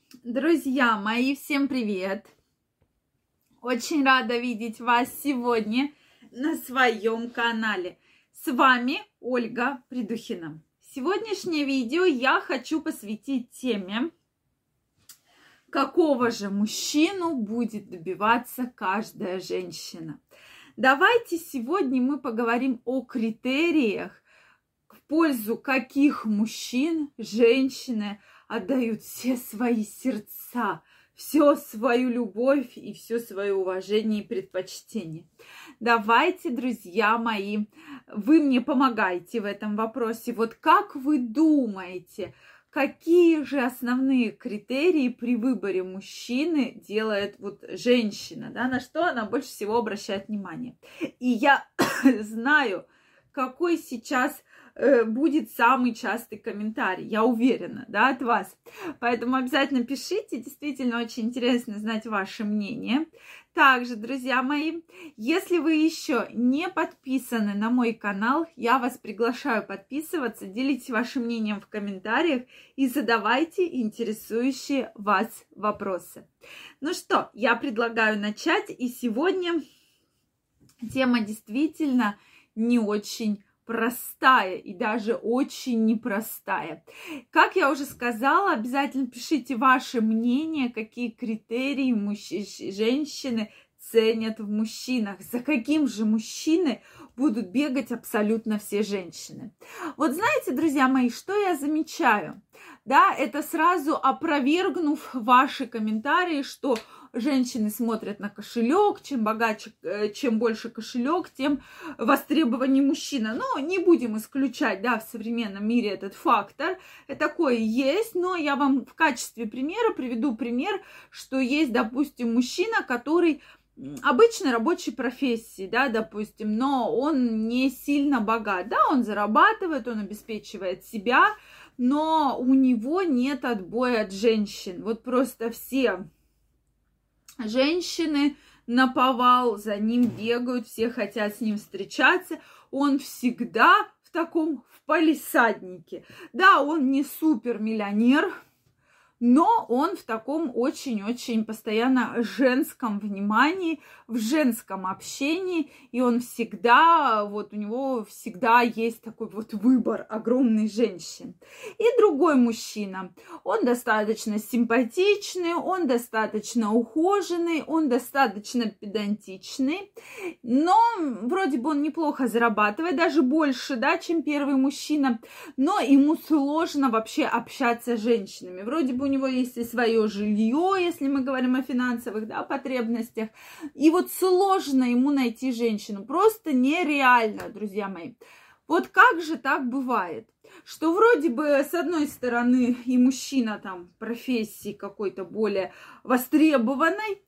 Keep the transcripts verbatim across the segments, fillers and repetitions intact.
Друзья мои, всем привет! Очень рада видеть вас сегодня на своем канале. С вами Ольга Придухина. Сегодняшнее видео я хочу посвятить теме, какого же мужчину будет добиваться каждая женщина. Давайте сегодня мы поговорим о критериях, в пользу каких мужчин женщины отдают все свои сердца, всю свою любовь и все свое уважение и предпочтение. Давайте, друзья мои, вы мне помогаете в этом вопросе. Вот как вы думаете, какие же основные критерии при выборе мужчины делает вот женщина, да, на что она больше всего обращает внимание? И я знаю, какой сейчас будет самый частый комментарий, я уверена, да, от вас. Поэтому обязательно пишите, действительно очень интересно знать ваше мнение. Также, друзья мои, если вы еще не подписаны на мой канал, я вас приглашаю подписываться, делитесь вашим мнением в комментариях и задавайте интересующие вас вопросы. Ну что, я предлагаю начать, и сегодня тема действительно не очень простая и даже очень непростая. Как я уже сказала, обязательно пишите ваше мнение, какие критерии мужч... женщины ценят в мужчинах, за каким же мужчиной будут бегать абсолютно все женщины. Вот знаете, друзья мои, что я замечаю? Да, это сразу опровергнув ваши комментарии, что женщины смотрят на кошелек, чем богаче, чем больше кошелек, тем востребованнее мужчина. Но не будем исключать, да, в современном мире этот фактор. Такое есть, но я вам в качестве примера приведу пример, что есть, допустим, мужчина, который обычной рабочей профессии, да, допустим, но он не сильно богат, да, он зарабатывает, он обеспечивает себя, но у него нет отбоя от женщин. Вот просто все женщины наповал за ним бегают, все хотят с ним встречаться. Он всегда в таком, в палисаднике. Да, он не супермиллионер, но он в таком очень-очень постоянно женском внимании, в женском общении, и он всегда, вот у него всегда есть такой вот выбор огромный женщин. И другой мужчина, он достаточно симпатичный, он достаточно ухоженный, он достаточно педантичный, но вроде бы он неплохо зарабатывает, даже больше, да, чем первый мужчина, но ему сложно вообще общаться с женщинами. Вроде бы у него есть и свое жилье, если мы говорим о финансовых, да, потребностях. И вот сложно ему найти женщину. Просто нереально, друзья мои. Вот как же так бывает? Что вроде бы, с одной стороны, и мужчина там в профессии какой-то более востребованной,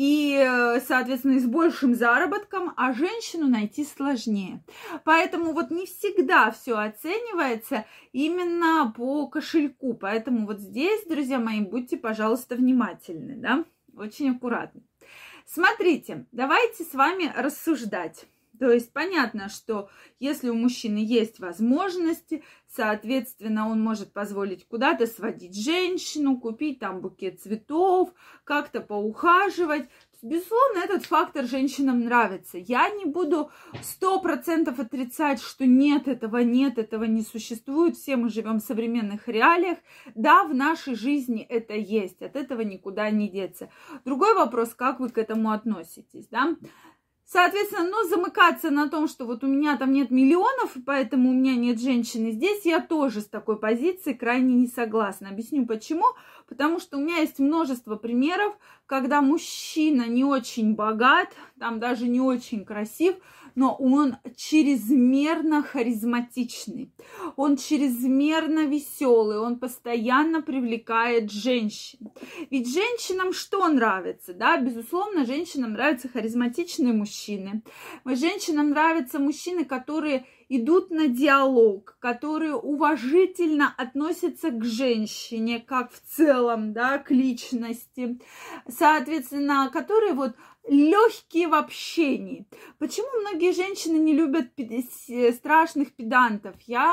и, соответственно, с большим заработком, а женщину найти сложнее. Поэтому вот не всегда все оценивается именно по кошельку. Поэтому вот здесь, друзья мои, будьте, пожалуйста, внимательны, да, очень аккуратны. Смотрите, давайте с вами рассуждать. То есть понятно, что если у мужчины есть возможности, соответственно, он может позволить куда-то сводить женщину, купить там букет цветов, как-то поухаживать. Безусловно, этот фактор женщинам нравится. Я не буду сто процентов отрицать, что нет, этого нет, этого не существует. Все мы живем в современных реалиях. Да, в нашей жизни это есть, от этого никуда не деться. Другой вопрос, как вы к этому относитесь, да? Соответственно, ну, замыкаться на том, что вот у меня там нет миллионов, поэтому у меня нет женщины, здесь я тоже с такой позиции крайне не согласна. Объясню почему. Потому что у меня есть множество примеров, когда мужчина не очень богат, там даже не очень красив, но он чрезмерно харизматичный, он чрезмерно веселый, он постоянно привлекает женщин. Ведь женщинам что нравится? Да, безусловно, женщинам нравятся харизматичные мужчины. Женщинам нравятся мужчины, которые идут на диалог, которые уважительно относятся к женщине, как в целом, да, к личности, соответственно, которые вот легкие в общении. Почему многие женщины не любят страшных педантов? Я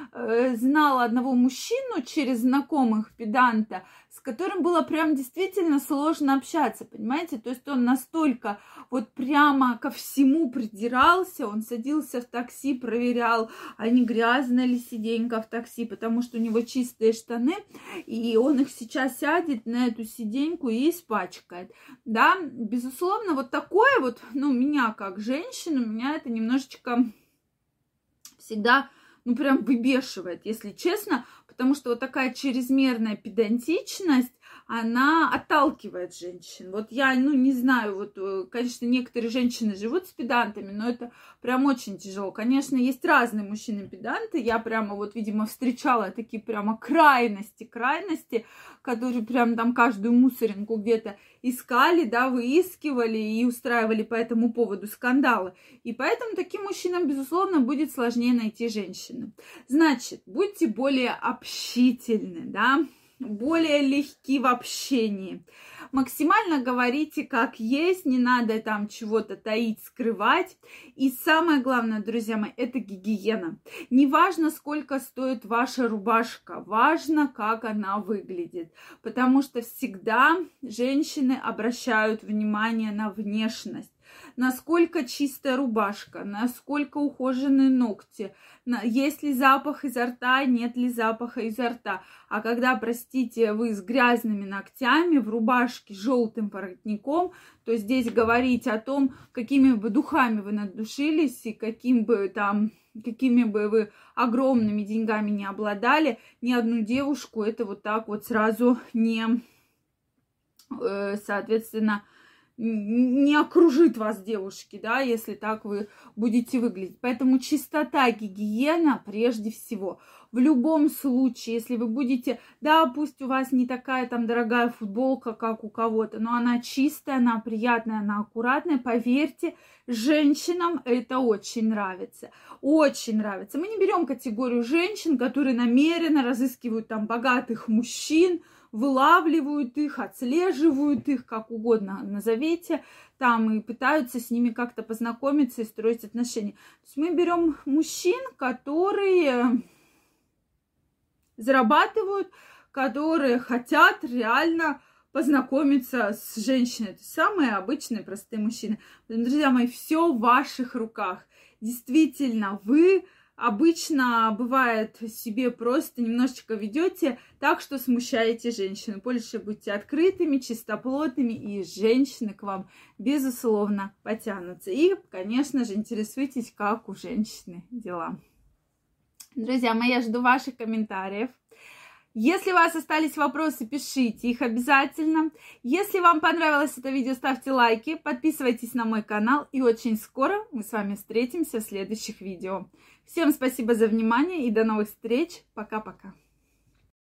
э, знала одного мужчину через знакомых педанта, с которым было прям действительно сложно общаться, понимаете? То есть он настолько вот прямо ко всему придирался, он садился в такси, проверял, а не грязная ли сиденька в такси, потому что у него чистые штаны, и он их сейчас сядет на эту сиденьку и испачкает. Да, безусловно, вот такое вот, ну, меня как женщину, меня это немножечко всегда, ну, прям выбешивает, если честно, потому что вот такая чрезмерная педантичность, она отталкивает женщин. Вот я, ну, не знаю, вот, конечно, некоторые женщины живут с педантами, но это прям очень тяжело. Конечно, есть разные мужчины-педанты, я прямо вот, видимо, встречала такие прямо крайности, крайности, которые прям там каждую мусоринку где-то искали, да, выискивали и устраивали по этому поводу скандалы. И поэтому таким мужчинам, безусловно, будет сложнее найти женщину. Значит, будьте более общительны, да, более легки в общении. Максимально говорите как есть, не надо там чего-то таить, скрывать. И самое главное, друзья мои, это гигиена. Не важно, сколько стоит ваша рубашка, важно, как она выглядит. Потому что всегда женщины обращают внимание на внешность. Насколько чистая рубашка, насколько ухоженные ногти, есть ли запах изо рта, нет ли запаха изо рта. А когда, простите, вы с грязными ногтями, в рубашке с желтым воротником, то здесь говорить о том, какими бы духами вы надушились и каким бы там, какими бы вы огромными деньгами не обладали, ни одну девушку это вот так вот сразу не, соответственно, не окружит вас девушки, да, если так вы будете выглядеть. Поэтому чистота, гигиена прежде всего. В любом случае, если вы будете, да, пусть у вас не такая там дорогая футболка, как у кого-то, но она чистая, она приятная, она аккуратная, поверьте, женщинам это очень нравится. Очень нравится. Мы не берем категорию женщин, которые намеренно разыскивают там богатых мужчин, вылавливают их, отслеживают их, как угодно назовите, там, и пытаются с ними как-то познакомиться и строить отношения. То есть мы берем мужчин, которые зарабатывают, которые хотят реально познакомиться с женщиной. Это самые обычные, простые мужчины. Друзья мои, все в ваших руках. Действительно, вы обычно, бывает, себе просто немножечко ведете так, что смущаете женщину. Больше будьте открытыми, чистоплотными, и женщины к вам, безусловно, потянутся. И, конечно же, интересуйтесь, как у женщины дела. Друзья мои, я жду ваших комментариев. Если у вас остались вопросы, пишите их обязательно. Если вам понравилось это видео, ставьте лайки, подписывайтесь на мой канал. И очень скоро мы с вами встретимся в следующих видео. Всем спасибо за внимание и до новых встреч. Пока-пока.